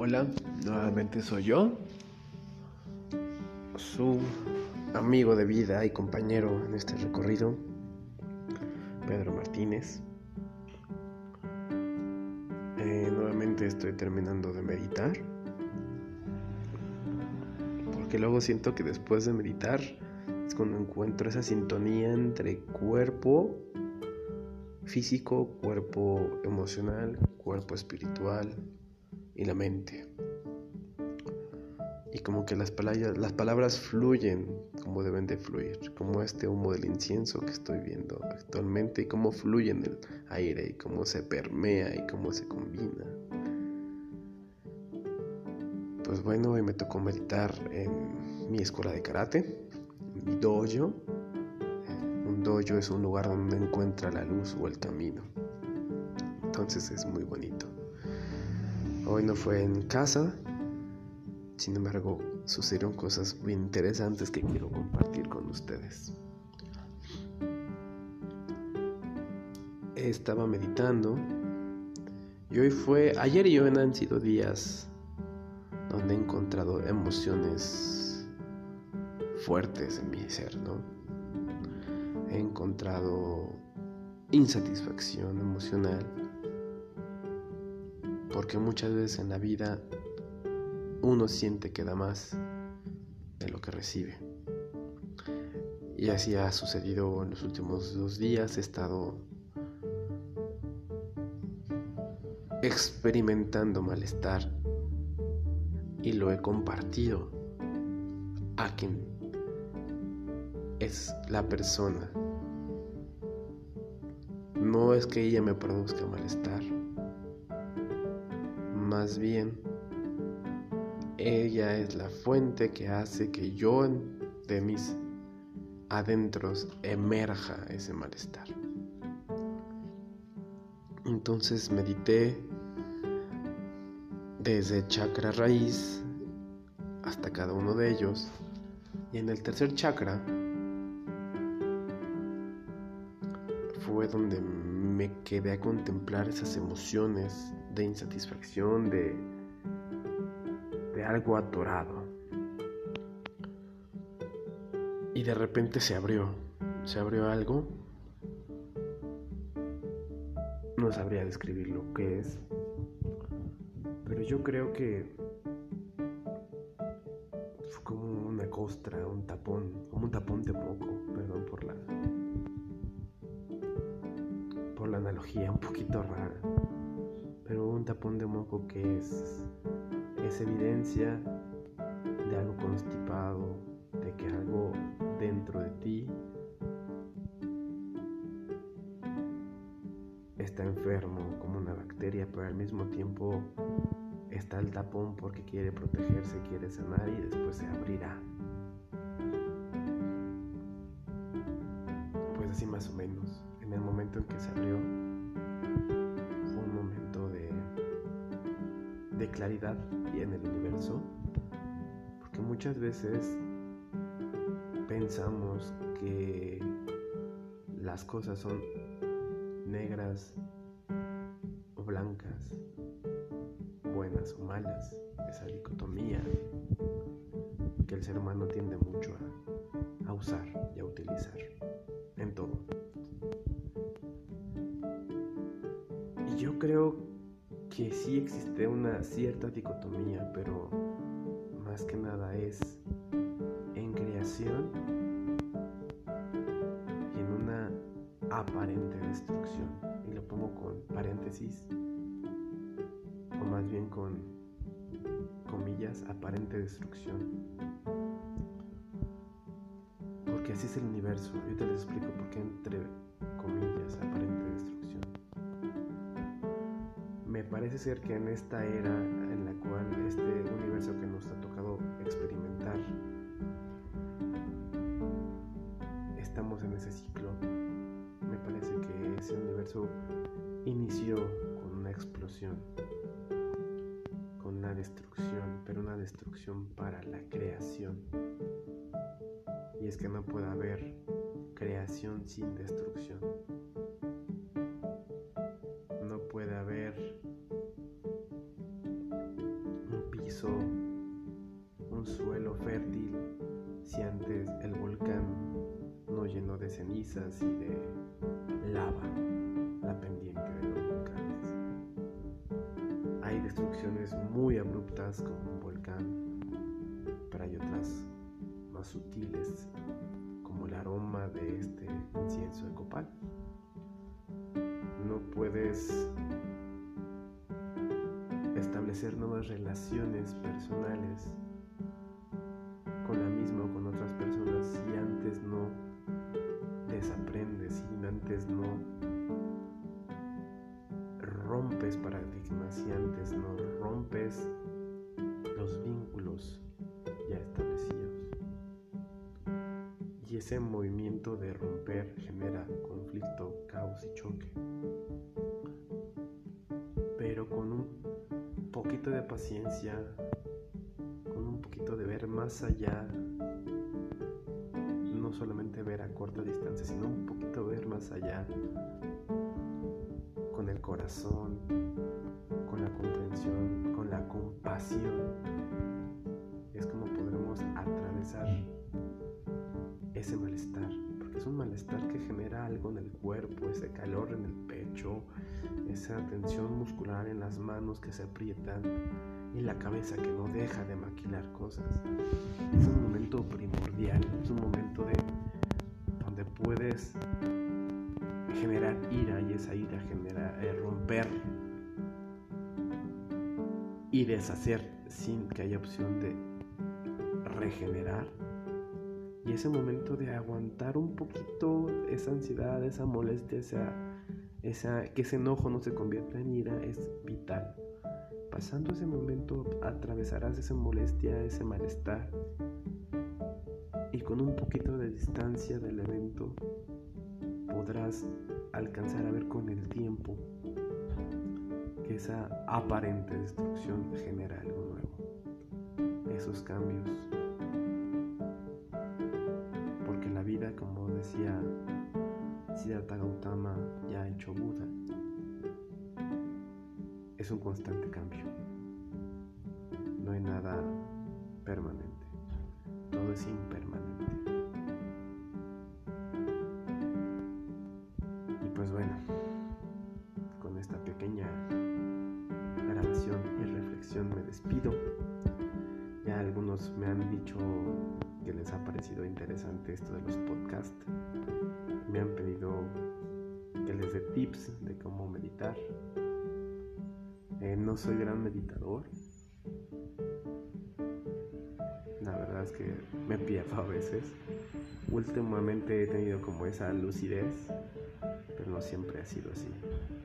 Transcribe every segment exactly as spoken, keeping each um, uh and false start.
Hola, nuevamente soy yo, su amigo de vida y compañero en este recorrido, Pedro Martínez. Eh, nuevamente estoy terminando de meditar, porque luego siento que después de meditar es cuando encuentro esa sintonía entre cuerpo físico, cuerpo emocional, cuerpo espiritual y la mente. Y como que las palabras, las palabras fluyen como deben de fluir, como este humo del incienso que estoy viendo actualmente, y cómo fluye en el aire, y cómo se permea y cómo se combina. Pues bueno, hoy me tocó meditar en mi escuela de karate, en mi dojo. Un dojo es un lugar donde encuentra la luz o el camino. Entonces es muy bonito. Hoy no fue en casa. Sin embargo, sucedieron cosas muy interesantes que quiero compartir con ustedes. Estaba meditando y hoy fue, ayer y hoy han sido días donde he encontrado emociones fuertes en mi ser, ¿no? He encontrado insatisfacción emocional, porque muchas veces en la vida uno siente que da más de lo que recibe. Y así ha sucedido en los últimos dos días. He estado experimentando malestar y lo he compartido a quien es la persona. No es que ella me produzca malestar, más bien ella es la fuente que hace que yo de mis adentros emerja ese malestar. Entonces medité desde chakra raíz hasta cada uno de ellos, y en el tercer chakra fue donde me quedé a contemplar esas emociones de insatisfacción, de, de algo atorado. Y de repente se abrió, se abrió algo. No sabría describir lo que es, pero yo creo que fue como una costra, un tapón, como un tapón de moco, perdón por la por la analogía un poquito rara, pero un tapón de moco que es, es evidencia de algo constipado, de que algo dentro de ti está enfermo como una bacteria, pero al mismo tiempo está el tapón porque quiere protegerse, quiere sanar, y después se abrirá. Pues así más o menos. En el momento en que se abrió fue un momento de, de claridad y en el universo, porque muchas veces pensamos que las cosas son negras o blancas, buenas o malas, esa dicotomía que el ser humano tiende mucho a, a usar y a utilizar en todo. Y yo creo que sí existe una cierta dicotomía, pero más que nada es en creación y en una aparente destrucción. Y lo pongo con paréntesis, o más bien con comillas, aparente destrucción, porque así es el universo. Yo te les explico por qué entre comillas aparente destrucción. Me parece ser que en esta era en la cual este universo que nos ha tocado experimentar, estamos en ese ciclo. Me parece que ese universo inició con una explosión, con una destrucción, pero una destrucción para la creación. Y es que no puede haber creación sin destrucción. No puede haber un piso, un suelo fértil, si antes el volcán no llenó de cenizas y de lava la pendiente de los volcanes? Hay destrucciones muy abruptas como un volcán, pero hay otras más sutiles como el aroma de este incienso de copal. No puedes establecer nuevas relaciones personales con la misma o con otras personas si antes no desaprendes, si antes no rompes paradigmas, si antes no rompes los vínculos ya establecidos. Y ese movimiento de romper genera conflicto, caos y choque. Pero con un poquito de paciencia, con un poquito de ver más allá, no solamente ver a corta distancia, sino un poquito ver más allá, con el corazón, con la comprensión, con la compasión, es como podremos atravesar ese malestar, porque es un malestar que genera algo en el cuerpo, ese calor en el pecho, esa tensión muscular en las manos que se aprietan y la cabeza que no deja de maquilar cosas. Es un momento primordial, es un momento de donde puedes generar ira y esa ira genera eh, romper y deshacer sin que haya opción de regenerar. Y ese momento de aguantar un poquito esa ansiedad, esa molestia, esa, esa, que ese enojo no se convierta en ira, es vital. Pasando ese momento atravesarás esa molestia, ese malestar, y con un poquito de distancia del evento podrás alcanzar a ver con el tiempo que esa aparente destrucción genera algo nuevo. Esos cambios, porque la vida, como decía Siddhartha Gautama, ya hecho Buda, es un constante cambio. No hay nada permanente, todo es impermanente. Y pues bueno, con esta pequeña grabación y reflexión me despido. Ya algunos me han dicho que les ha parecido interesante esto de los podcasts. Me han pedido que les dé tips de cómo meditar. Eh, no soy gran meditador. La verdad es que me pierdo a veces. Últimamente he tenido como esa lucidez, pero no siempre ha sido así.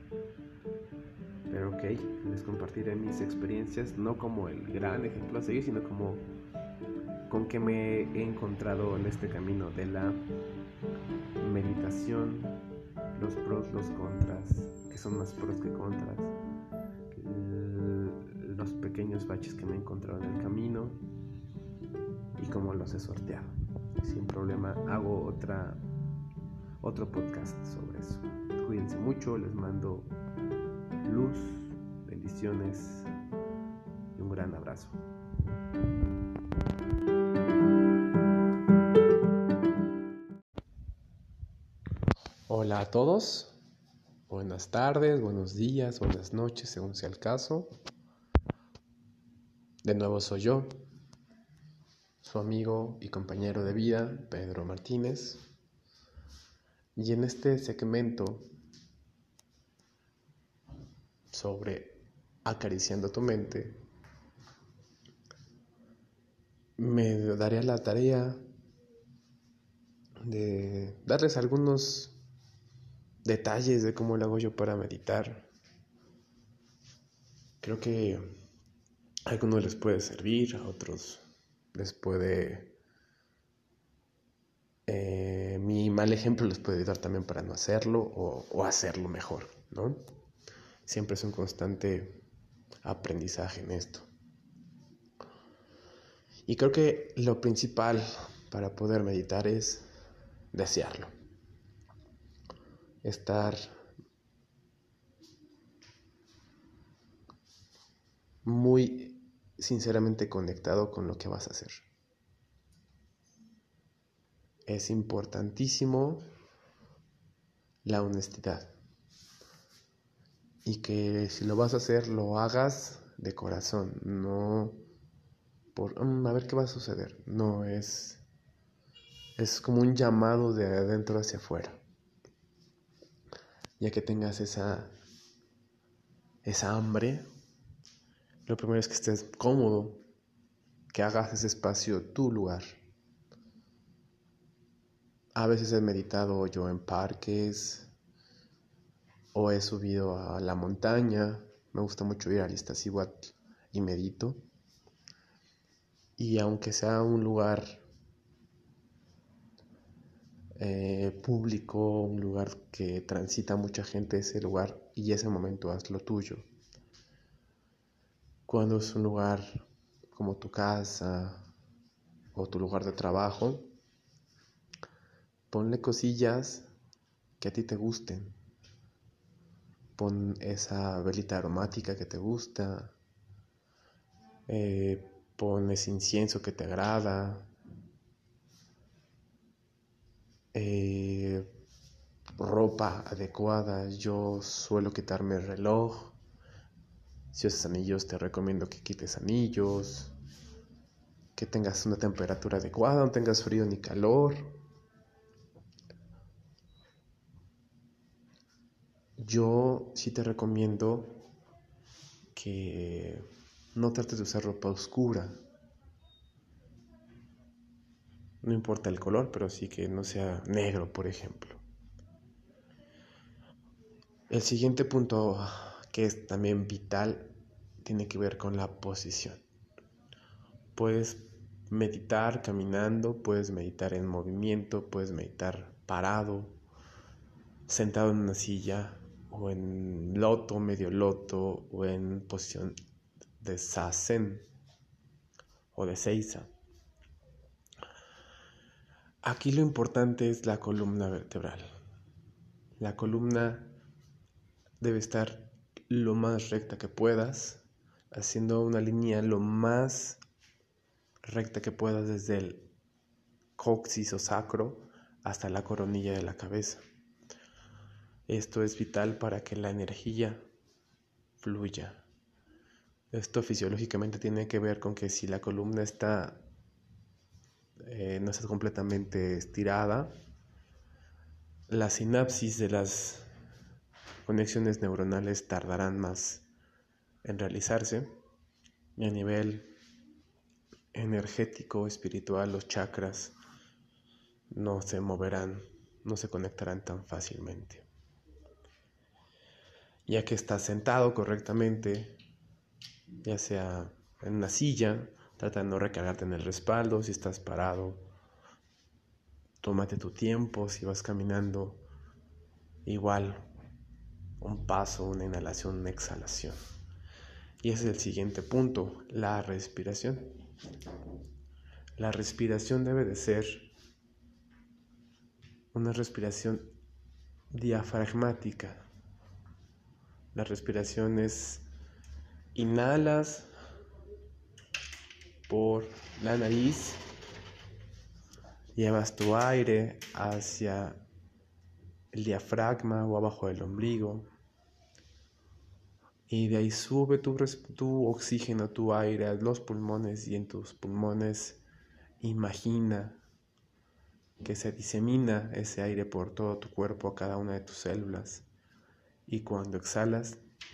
Pero ok, les compartiré mis experiencias, no como el gran ejemplo a seguir, sino como con que me he encontrado en este camino de la meditación, los pros, los contras, que son más pros que contras, los pequeños baches que me he encontrado en el camino y cómo los he sorteado. Sin problema hago otra otro podcast sobre eso. Cuídense mucho, les mando luz, bendiciones y un gran abrazo. Hola a todos, buenas tardes, buenos días, buenas noches, según sea el caso. De nuevo soy yo, su amigo y compañero de vida, Pedro Martínez. Y en este segmento sobre acariciando tu mente, me daré a la tarea de darles algunos detalles de cómo lo hago yo para meditar. Creo que a algunos les puede servir, a otros les puede... Eh, mi mal ejemplo les puede ayudar también para no hacerlo o, o hacerlo mejor, ¿no? Siempre es un constante aprendizaje en esto. Y creo que lo principal para poder meditar es desearlo. Estar muy sinceramente conectado con lo que vas a hacer. Es importantísimo la honestidad. Y que si lo vas a hacer, lo hagas de corazón, no por mm, a ver qué va a suceder. No, es, es como un llamado de adentro hacia afuera. Ya que tengas esa, esa hambre, lo primero es que estés cómodo, que hagas ese espacio tu lugar. A veces he meditado yo en parques o he subido a la montaña. Me gusta mucho ir al Iztaccíhuatl y medito. Y aunque sea un lugar eh, público, un lugar que transita mucha gente, ese lugar y ese momento haz lo tuyo. Cuando es un lugar como tu casa o tu lugar de trabajo, ponle cosillas que a ti te gusten. Pon esa velita aromática que te gusta, eh, pon ese incienso que te agrada, eh, ropa adecuada. Yo suelo quitarme el reloj. Si usas anillos, te recomiendo que quites anillos, que tengas una temperatura adecuada, no tengas frío ni calor. Yo sí te recomiendo que no trates de usar ropa oscura. No importa el color, pero sí que no sea negro, por ejemplo. El siguiente punto, que es también vital, tiene que ver con la posición. Puedes meditar caminando, puedes meditar en movimiento, puedes meditar parado, sentado en una silla, o en loto, medio loto, o en posición de zazen o de seiza. Aquí lo importante es la columna vertebral. La columna debe estar lo más recta que puedas, haciendo una línea lo más recta que puedas desde el coxis o sacro hasta la coronilla de la cabeza. Esto es vital para que la energía fluya. Esto fisiológicamente tiene que ver con que si la columna está eh, no está completamente estirada, la sinapsis de las conexiones neuronales tardarán más en realizarse, y a nivel energético, espiritual, los chakras no se moverán, no se conectarán tan fácilmente. Ya que estás sentado correctamente, ya sea en una silla, trata de no recargarte en el respaldo. Si estás parado, tómate tu tiempo. Si vas caminando, igual, un paso, una inhalación, una exhalación. Y ese es el siguiente punto, la respiración. La respiración debe de ser una respiración diafragmática. La respiración es: inhalas por la nariz, llevas tu aire hacia el diafragma o abajo del ombligo, y de ahí sube tu, tu oxígeno, tu aire a los pulmones, y en tus pulmones imagina que se disemina ese aire por todo tu cuerpo, a cada una de tus células. Y cuando exhalas,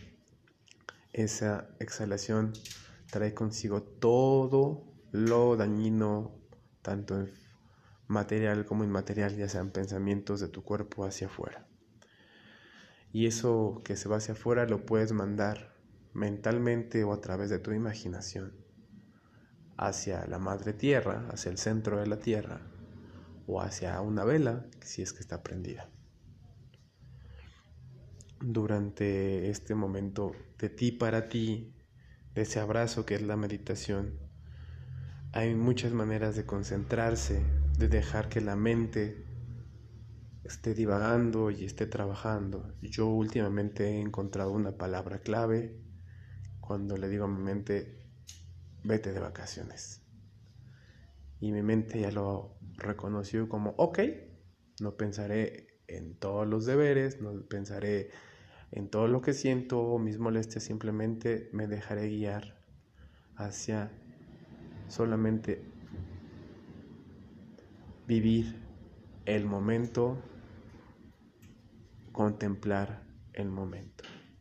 esa exhalación trae consigo todo lo dañino, tanto en material como inmaterial, ya sean pensamientos de tu cuerpo hacia afuera. Y eso que se va hacia afuera lo puedes mandar mentalmente o a través de tu imaginación hacia la madre tierra, hacia el centro de la tierra, o hacia una vela, si es que está prendida. Durante este momento de ti para ti, de ese abrazo que es la meditación, hay muchas maneras de concentrarse, de dejar que la mente esté divagando y esté trabajando. Yo últimamente he encontrado una palabra clave cuando le digo a mi mente: vete de vacaciones. Y mi mente ya lo reconoció como, ok, no pensaré en todos los deberes, no pensaré en todo lo que siento o mis molestias, simplemente me dejaré guiar hacia solamente vivir el momento, contemplar el momento.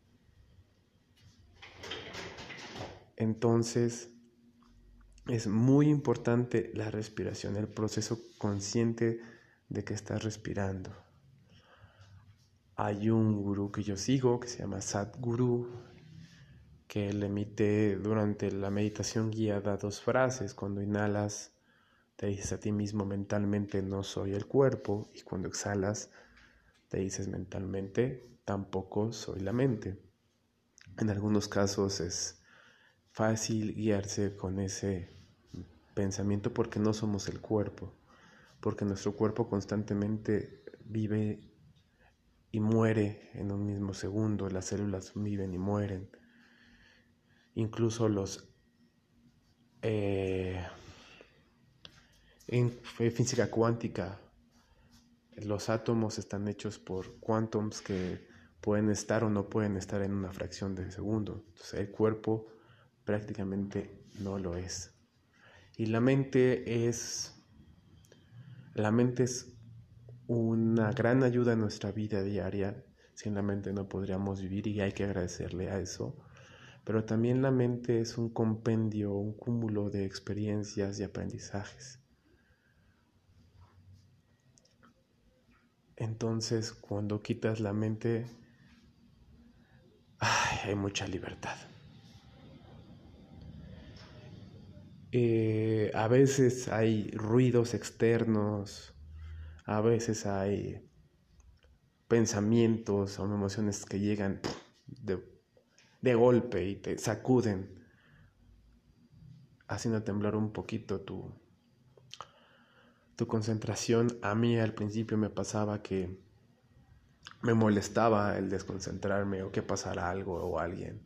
Entonces, es muy importante la respiración, el proceso consciente de que estás respirando. Hay un gurú que yo sigo que se llama Sadhguru, que él emite durante la meditación guiada dos frases. Cuando inhalas, te dices a ti mismo mentalmente, no soy el cuerpo, y cuando exhalas, te dices mentalmente, tampoco soy la mente. En algunos casos es fácil guiarse con ese pensamiento porque no somos el cuerpo, porque nuestro cuerpo constantemente vive y muere en un mismo segundo, las células viven y mueren. Incluso los eh, en física cuántica, los átomos están hechos por quantums que pueden estar o no pueden estar en una fracción de segundo. Entonces, el cuerpo prácticamente no lo es. Y la mente es la mente es una gran ayuda en nuestra vida diaria. Sin la mente no podríamos vivir y hay que agradecerle a eso. Pero también la mente es un compendio, un cúmulo de experiencias y aprendizajes. Entonces, cuando quitas la mente, ay, hay mucha libertad. Eh, a veces hay ruidos externos, a veces hay pensamientos o emociones que llegan de, de golpe y te sacuden, haciendo temblar un poquito tu, tu concentración. A mí al principio me pasaba que me molestaba el desconcentrarme o que pasara algo o alguien.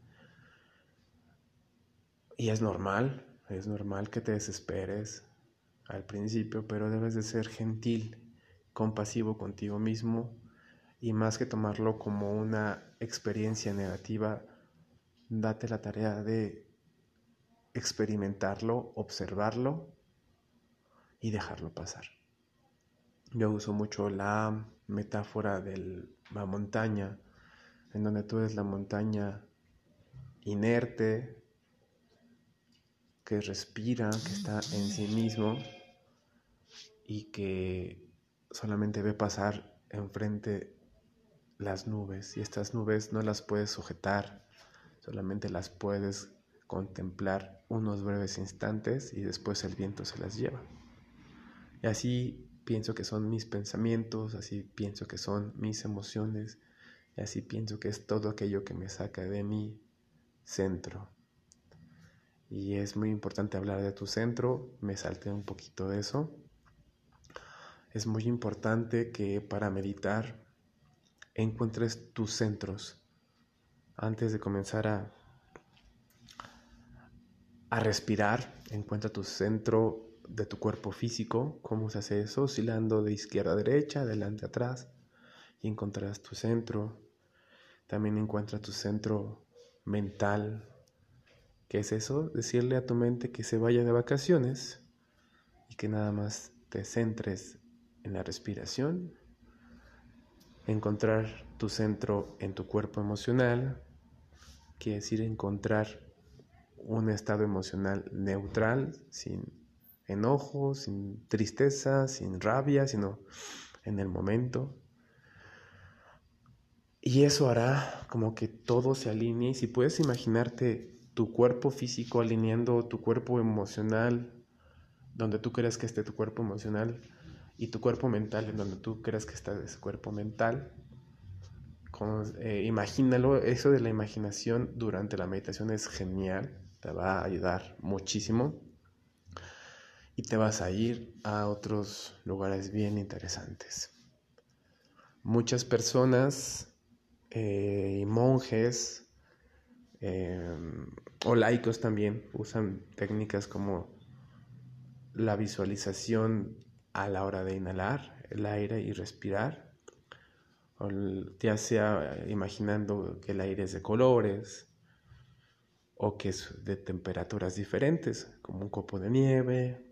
Y es normal, es normal que te desesperes al principio, pero debes de ser gentil, compasivo contigo mismo y más que tomarlo como una experiencia negativa, date la tarea de experimentarlo, observarlo y dejarlo pasar. Yo uso mucho la metáfora de la montaña, en donde tú eres la montaña inerte, que respira, que está en sí mismo y que solamente ve pasar enfrente las nubes. Y estas nubes no las puedes sujetar, solamente las puedes contemplar unos breves instantes y después el viento se las lleva. Y así pienso que son mis pensamientos, así pienso que son mis emociones, y así pienso que es todo aquello que me saca de mi centro. Y es muy importante hablar de tu centro, me salté un poquito de eso. Es muy importante que para meditar encuentres tus centros. Antes de comenzar a, a respirar, encuentra tu centro de tu cuerpo físico. ¿Cómo se hace eso? Oscilando de izquierda a derecha, adelante a atrás, y encontrarás tu centro. También encuentra tu centro mental. ¿Qué es eso? Decirle a tu mente que se vaya de vacaciones y que nada más te centres en la respiración. Encontrar tu centro en tu cuerpo emocional, quiere decir encontrar un estado emocional neutral, sin enojo, sin tristeza, sin rabia, sino en el momento. Y eso hará como que todo se alinee. Y si puedes imaginarte tu cuerpo físico alineando tu cuerpo emocional, donde tú creas que esté tu cuerpo emocional, y tu cuerpo mental, en donde tú creas que está ese cuerpo mental, con, eh, imagínalo. Eso de la imaginación durante la meditación es genial, te va a ayudar muchísimo y te vas a ir a otros lugares bien interesantes. Muchas personas y eh, monjes eh, o laicos también usan técnicas como la visualización a la hora de inhalar el aire y respirar, o ya sea imaginando que el aire es de colores o que es de temperaturas diferentes, como un copo de nieve.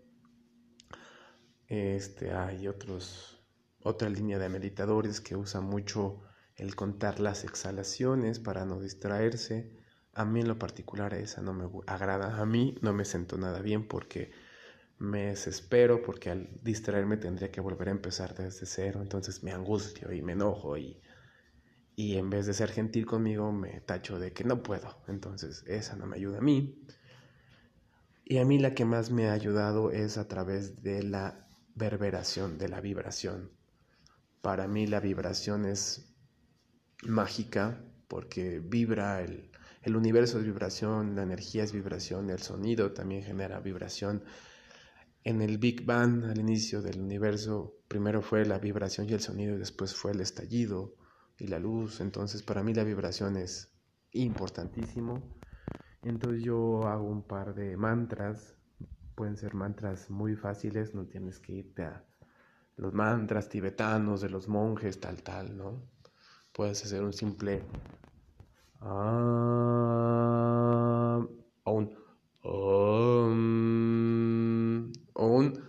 Este, hay otros, otra línea de meditadores que usa mucho el contar las exhalaciones para no distraerse. A mí en lo particular esa no me agrada, a mí no me siento nada bien porque me desespero, porque al distraerme tendría que volver a empezar desde cero, entonces me angustio y me enojo y, y en vez de ser gentil conmigo me tacho de que no puedo, entonces esa no me ayuda a mí. Y a mí la que más me ha ayudado es a través de la verberación, de la vibración. Para mí la vibración es mágica porque vibra, el, el universo es vibración, la energía es vibración, el sonido también genera vibración. En el Big Bang, al inicio del universo, primero fue la vibración y el sonido y después fue el estallido y la luz. Entonces para mí la vibración es importantísimo. Entonces yo hago un par de mantras, pueden ser mantras muy fáciles, no tienes que irte a los mantras tibetanos de los monjes, tal, tal, ¿no? Puedes hacer un simple ah, o un um, o un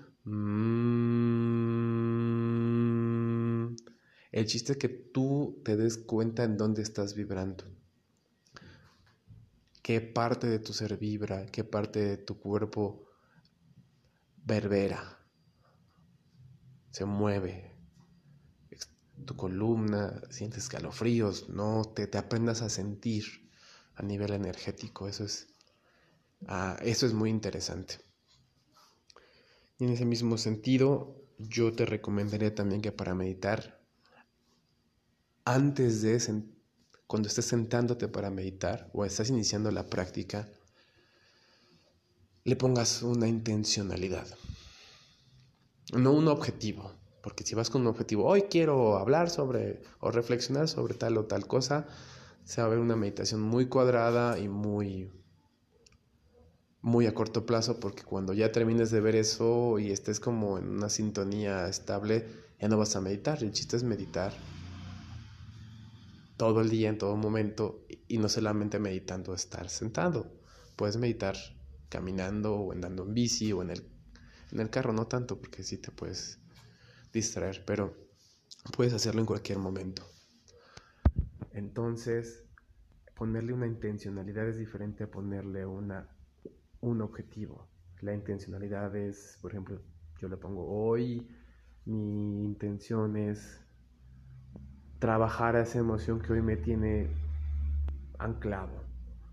mm. El chiste es que tú te des cuenta en dónde estás vibrando. ¿Qué parte de tu ser vibra? ¿Qué parte de tu cuerpo verbera? Se mueve. Tu columna, sientes escalofríos, ¿no? Te, te aprendas a sentir a nivel energético. Eso es, uh, eso es muy interesante. Y en ese mismo sentido, yo te recomendaría también que para meditar, antes de sen- cuando estés sentándote para meditar o estás iniciando la práctica, le pongas una intencionalidad, no un objetivo. Porque si vas con un objetivo, hoy quiero hablar sobre o reflexionar sobre tal o tal cosa, se va a ver una meditación muy cuadrada y muy, muy a corto plazo, porque cuando ya termines de ver eso y estés como en una sintonía estable, ya no vas a meditar. El chiste es meditar todo el día, en todo momento, y no solamente meditando estar sentado. Puedes meditar caminando o andando en bici o en el, en el carro, no tanto, porque sí te puedes distraer, pero puedes hacerlo en cualquier momento. Entonces, ponerle una intencionalidad es diferente a ponerle una, un objetivo. La intencionalidad es, por ejemplo, yo le pongo hoy, mi intención es trabajar a esa emoción que hoy me tiene anclado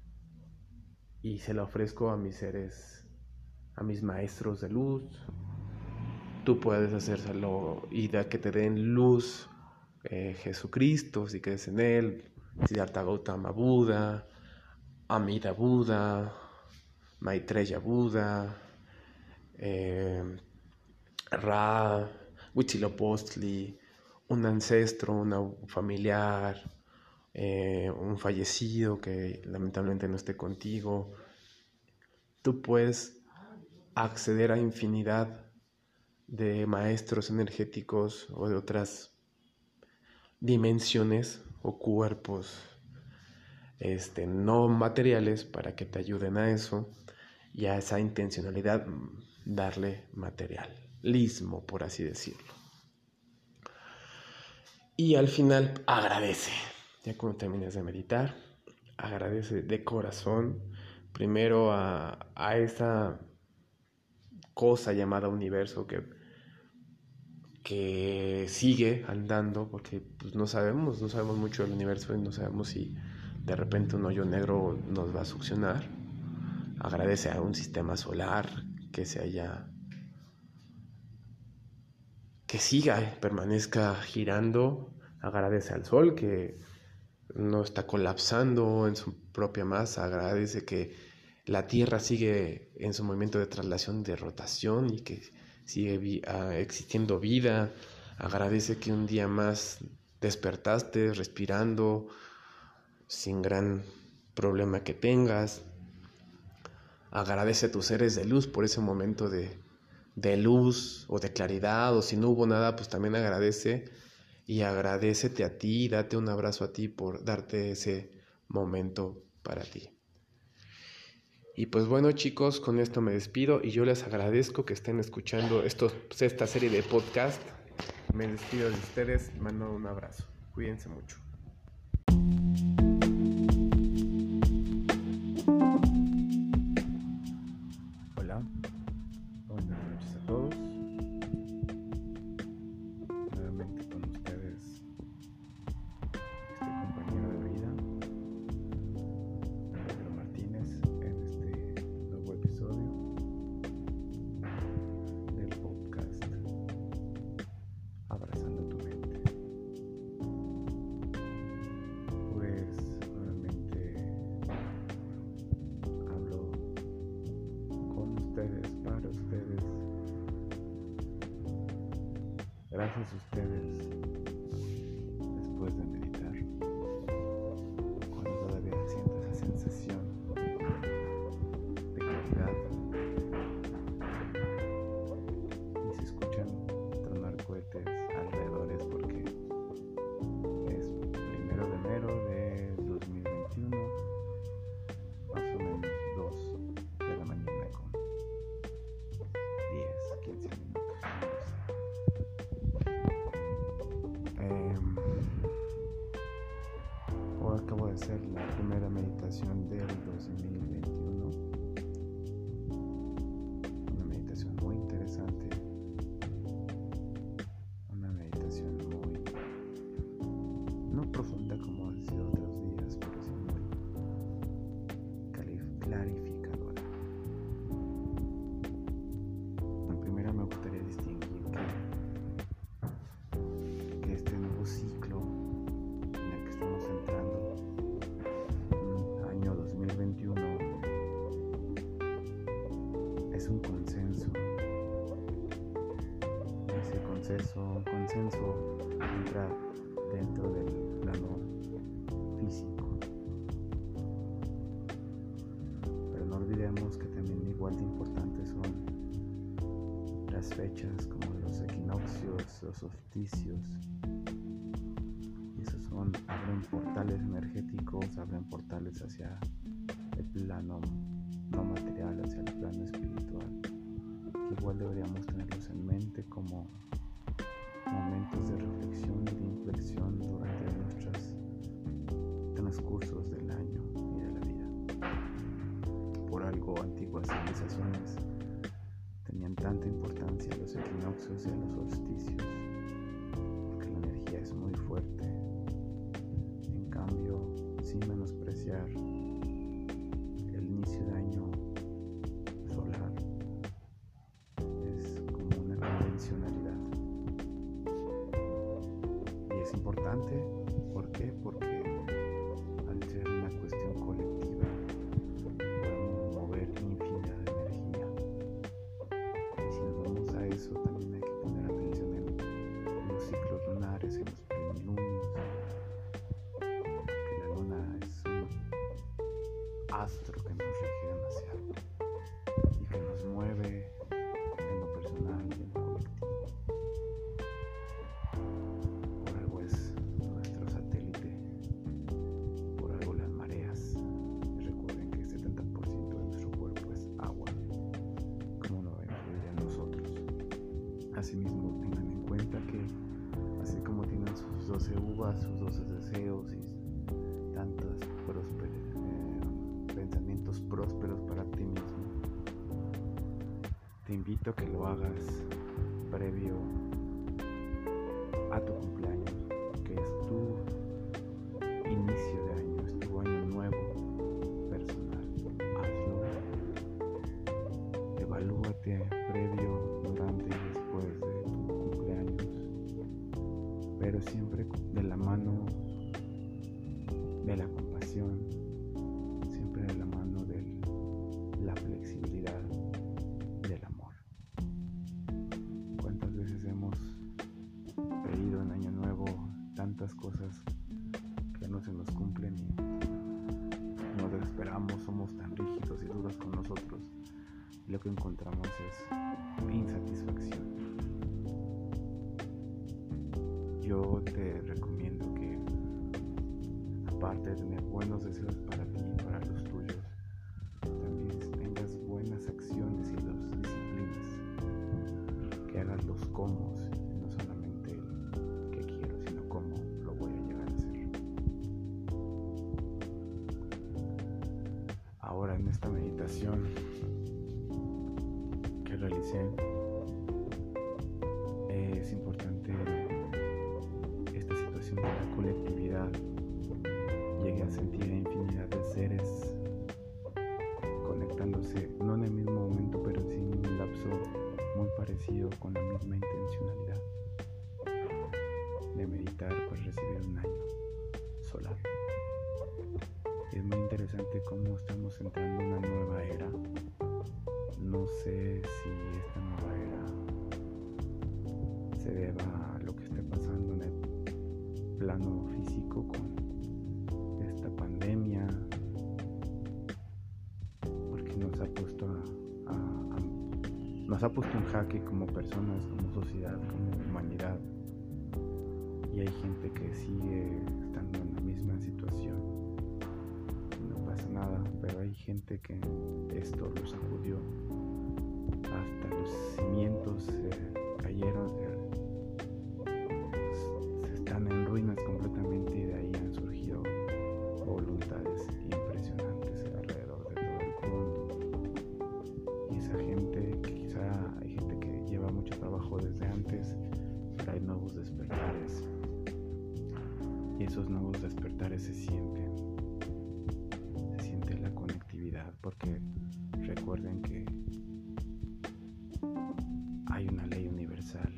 y se la ofrezco a mis seres, a mis maestros de luz. Tú puedes hacérselo y de que te den luz eh, Jesucristo, si crees en él, Siddhartha Gautama Buda, Amida Buda, Maitreya Buda, eh, Ra, Huitzilopochtli, un ancestro, un familiar, eh, un fallecido que lamentablemente no esté contigo. Tú puedes acceder a infinidad de maestros energéticos o de otras dimensiones o cuerpos este, no materiales para que te ayuden a eso y a esa intencionalidad darle materialismo, por así decirlo. Y al final agradece, ya cuando termines de meditar, agradece de corazón primero a, a esa cosa llamada universo que, que sigue andando, porque pues, no sabemos, no sabemos mucho del universo y no sabemos si de repente un hoyo negro nos va a succionar. Agradece a un sistema solar que se haya, que siga, permanezca girando. Agradece al sol que no está colapsando en su propia masa. Agradece que la Tierra sigue en su movimiento de traslación, de rotación y que sigue vi- uh, existiendo vida. Agradece que un día más despertaste respirando sin gran problema que tengas. Agradece a tus seres de luz por ese momento de, de luz o de claridad, o si no hubo nada, pues también agradece y agradécete a ti, date un abrazo a ti por darte ese momento para ti. Y pues bueno, chicos, con esto me despido y yo les agradezco que estén escuchando esto, pues esta serie de podcast. Me despido de ustedes, mando un abrazo. Cuídense mucho. Hola, buenas noches a todos. Nuevamente con ustedes, este compañero de vida, Pedro Martínez, en este nuevo episodio del podcast Abrazando tu mente. Pues nuevamente hablo con ustedes, para ustedes, gracias a ustedes, después de meditar, cuando todavía se siente esa sensación de claridad y se escuchan tronar cohetes alrededor, es porque es primero de enero de dos mil veintiuno, más o menos dos de la mañana con diez, quince minutos. Eh, hoy acabo de hacer la primera meditación del dos mil veintiuno, una meditación muy interesante, una meditación muy, no profunda como han sido otros días, pero sí muy clarificadora. En primera me gustaría distinguir que, que este nuevo ciclo en el que estamos entrando, año dos mil veintiuno, es un consenso. Ese consenso, consenso entra dentro del plano físico, pero no olvidemos que también igual de importantes son las fechas como los equinoccios, los solsticios. Esos son, abren portales energéticos, abren portales hacia el plano no material, hacia el plano espiritual, que igual deberíamos tenerlos en mente como momentos de reflexión y de inflexión durante nuestros transcursos del año y de la vida. Por algo antiguas civilizaciones tenían tanta importancia a los equinoccios y a los solsticios, porque la energía es muy fuerte. En cambio, sin menospreciar el inicio de año solar, es como una convencionalidad. Y es importante, ¿por qué? Porque al ser una cuestión colectiva, podemos mover infinidad de energía. Y si nos vamos a eso, también hay que poner atención en los ciclos lunares, en los plenilunios, porque la luna es un astro que nos rige demasiado y que nos mueve en lo personal y en lo colectivo. Por algo es nuestro satélite, por algo las mareas. Y recuerden que el setenta por ciento de nuestro cuerpo es agua, como lo incluye en nosotros. Asimismo, tengan en cuenta que así como tienen sus doce uvas, sus doce deseos y tantos prósperos, eh, pensamientos prósperos para ti mismo, te invito a que lo hagas previo a tu cumpleaños, que es tu inicio de año, es tu año nuevo personal. Hazlo, evalúate previo, durante y después de tu cumpleaños, pero siempre de la mano de la compasión, siempre de la mano de la flexibilidad, del amor. ¿Cuántas veces hemos pedido en Año Nuevo tantas cosas que no se nos cumplen y nos lo que encontramos es insatisfacción. Yo te recomiendo que, aparte de tener buenos deseos para ti y para los tuyos, también tengas buenas acciones y las disciplinas, que hagas los cómo, no solamente el que quiero, sino cómo lo voy a llegar a hacer. Ahora, en esta meditación que realicé, es importante esta situación de la colectividad. Llegué a sentir a infinidad de seres conectándose, no en el mismo momento, pero sí en un lapso muy parecido, con la misma intencionalidad de meditar para recibir un año solar. Es muy interesante cómo estamos entrando en una nueva era. No sé si esta nueva era se deba a lo que esté pasando en el plano físico con esta pandemia, porque nos ha puesto a, a, a, nos ha puesto en jaque como personas, como sociedad, como humanidad, y hay gente que sigue estando en la misma situación. No pasa nada, pero hay gente que esto lo sacudió, hasta los cimientos eh, cayeron, eh, se están en ruinas completamente, y de ahí han surgido voluntades impresionantes alrededor de todo el mundo. Y esa gente, quizá hay gente que lleva mucho trabajo desde antes, pero hay nuevos despertares, y esos nuevos despertares se sienten, se siente la conectividad, porque recuerden que hay una ley universal,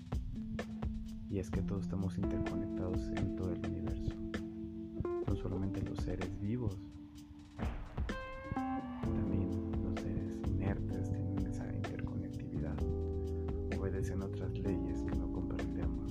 y es que todos estamos interconectados en todo el universo. No solamente los seres vivos, también los seres inertes tienen esa interconectividad, obedecen otras leyes que no comprendemos,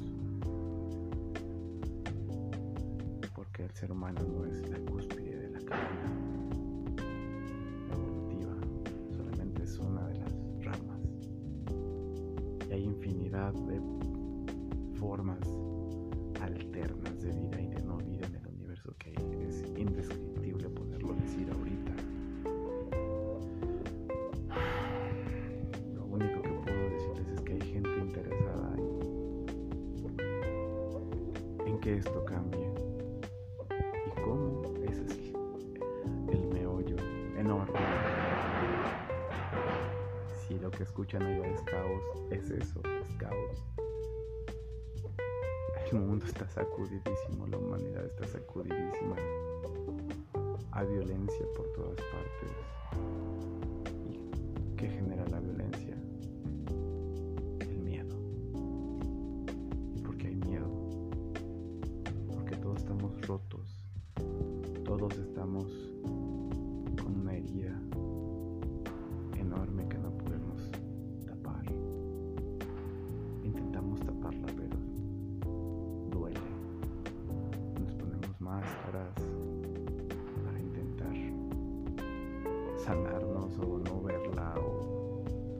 porque el ser humano no es la cúspide de la cadena evolutiva, solamente es una de las ramas, y hay infinidad de formas alternas de vida y de no vida en el universo que es indescriptible poderlo decir ahorita. Lo único que puedo decirles es que hay gente interesada en, en que esto cambie. ¿Y cómo? Ese es el meollo enorme. Si lo que escuchan allá es caos, es eso, es caos. El mundo está sacudidísimo, la humanidad está sacudidísima. Hay violencia por todas partes. ¿Y qué genera la violencia? El miedo. ¿Y por qué hay miedo? Porque todos estamos rotos. Todos estamos con una herida enorme que no podemos tapar. Intentamos taparla, pero duele. Nos ponemos máscaras para intentar sanarnos o no verla o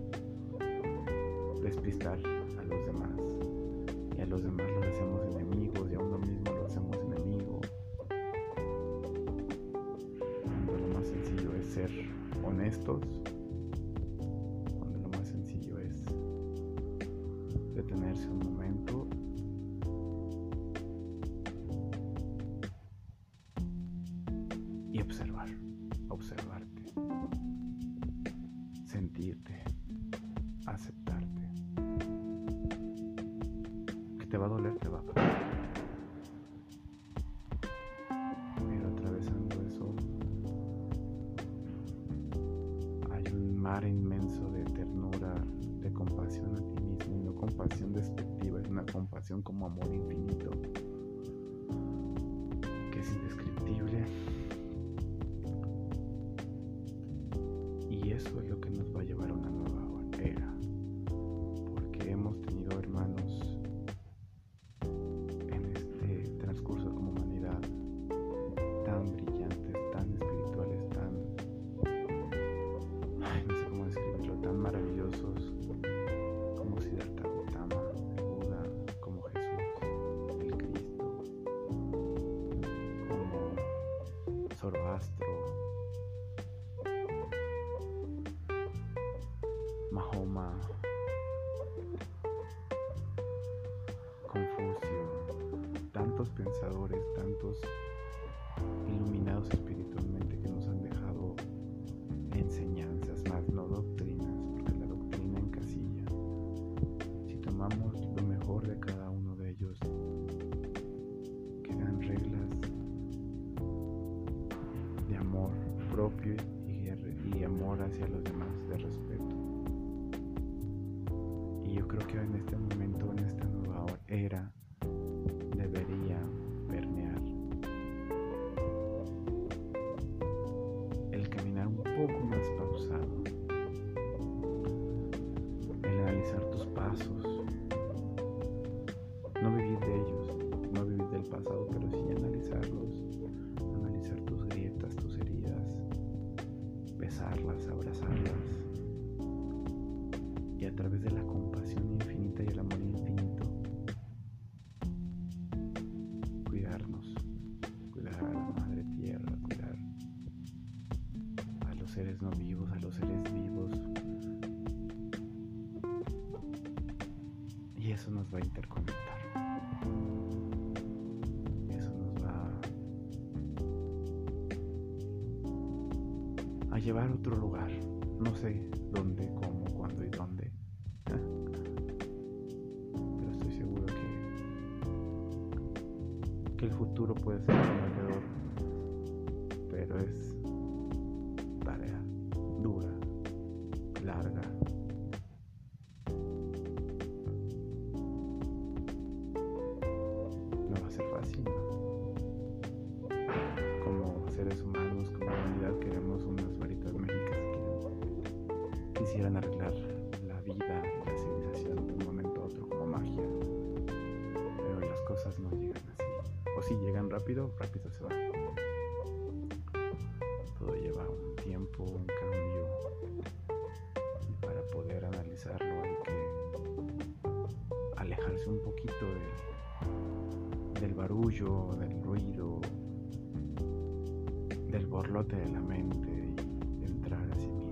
despistar a los demás, y a los demás los hacemos enemigos, y a uno mismo lo hacemos enemigo, cuando lo más sencillo es ser honestos, cuando lo más sencillo es detenerse un momento y observar, observarte, sentirte, aceptarte. Que te va a doler, te va a doler. Pero atravesando eso hay un mar inmenso de ternura, de compasión a ti mismo, y no compasión despectiva, es una compasión como amor infinito, que es indescriptible. Y eso es lo que nos va a llevar a una nueva era, porque hemos tenido hermanos en este transcurso como humanidad tan brillantes, tan espirituales, tan... Ay, no sé cómo describirlo, Zoroastro, Mahoma, Confucio, tantos pensadores, tantos iluminados espiritualmente que nos han dejado enseñanzas, más no doctrinas, porque la doctrina encasilla. Si tomamos lo mejor de cada uno de ellos, quedan reglas de amor propio y, y amor hacia los demás, de respeto. Y yo creo que en este momento, en esta nueva era, debería permear el caminar un poco más pausado, el analizar tus pasos, no vivir de ellos, no vivir del pasado, pero sí analizarlos, analizar tus grietas, tus heridas, besarlas, abrazarlas, y a través de la compasión infinita y el amor infinito, cuidarnos, cuidar a la madre tierra, cuidar a los seres no vivos, a los seres vivos, y eso nos va a interconectar, eso nos va a llevar a otro lugar, no sé dónde, cómo, cuándo y dónde, pero estoy seguro que que el futuro puede ser prometedor, pero es tarea dura, larga. No va a ser fácil, ¿no? Como seres humanos, como humanidad, queremos unas varitas mágicas que quisieran arreglar la vida y la civilización de un momento a otro como magia, pero las cosas no llegan así. O si llegan rápido, rápido se van. Todo lleva un tiempo, un cambio, y para poder analizarlo hay que alejarse un poquito de, del barullo, del ruido, del borlote de la mente y entrar a sí mismo.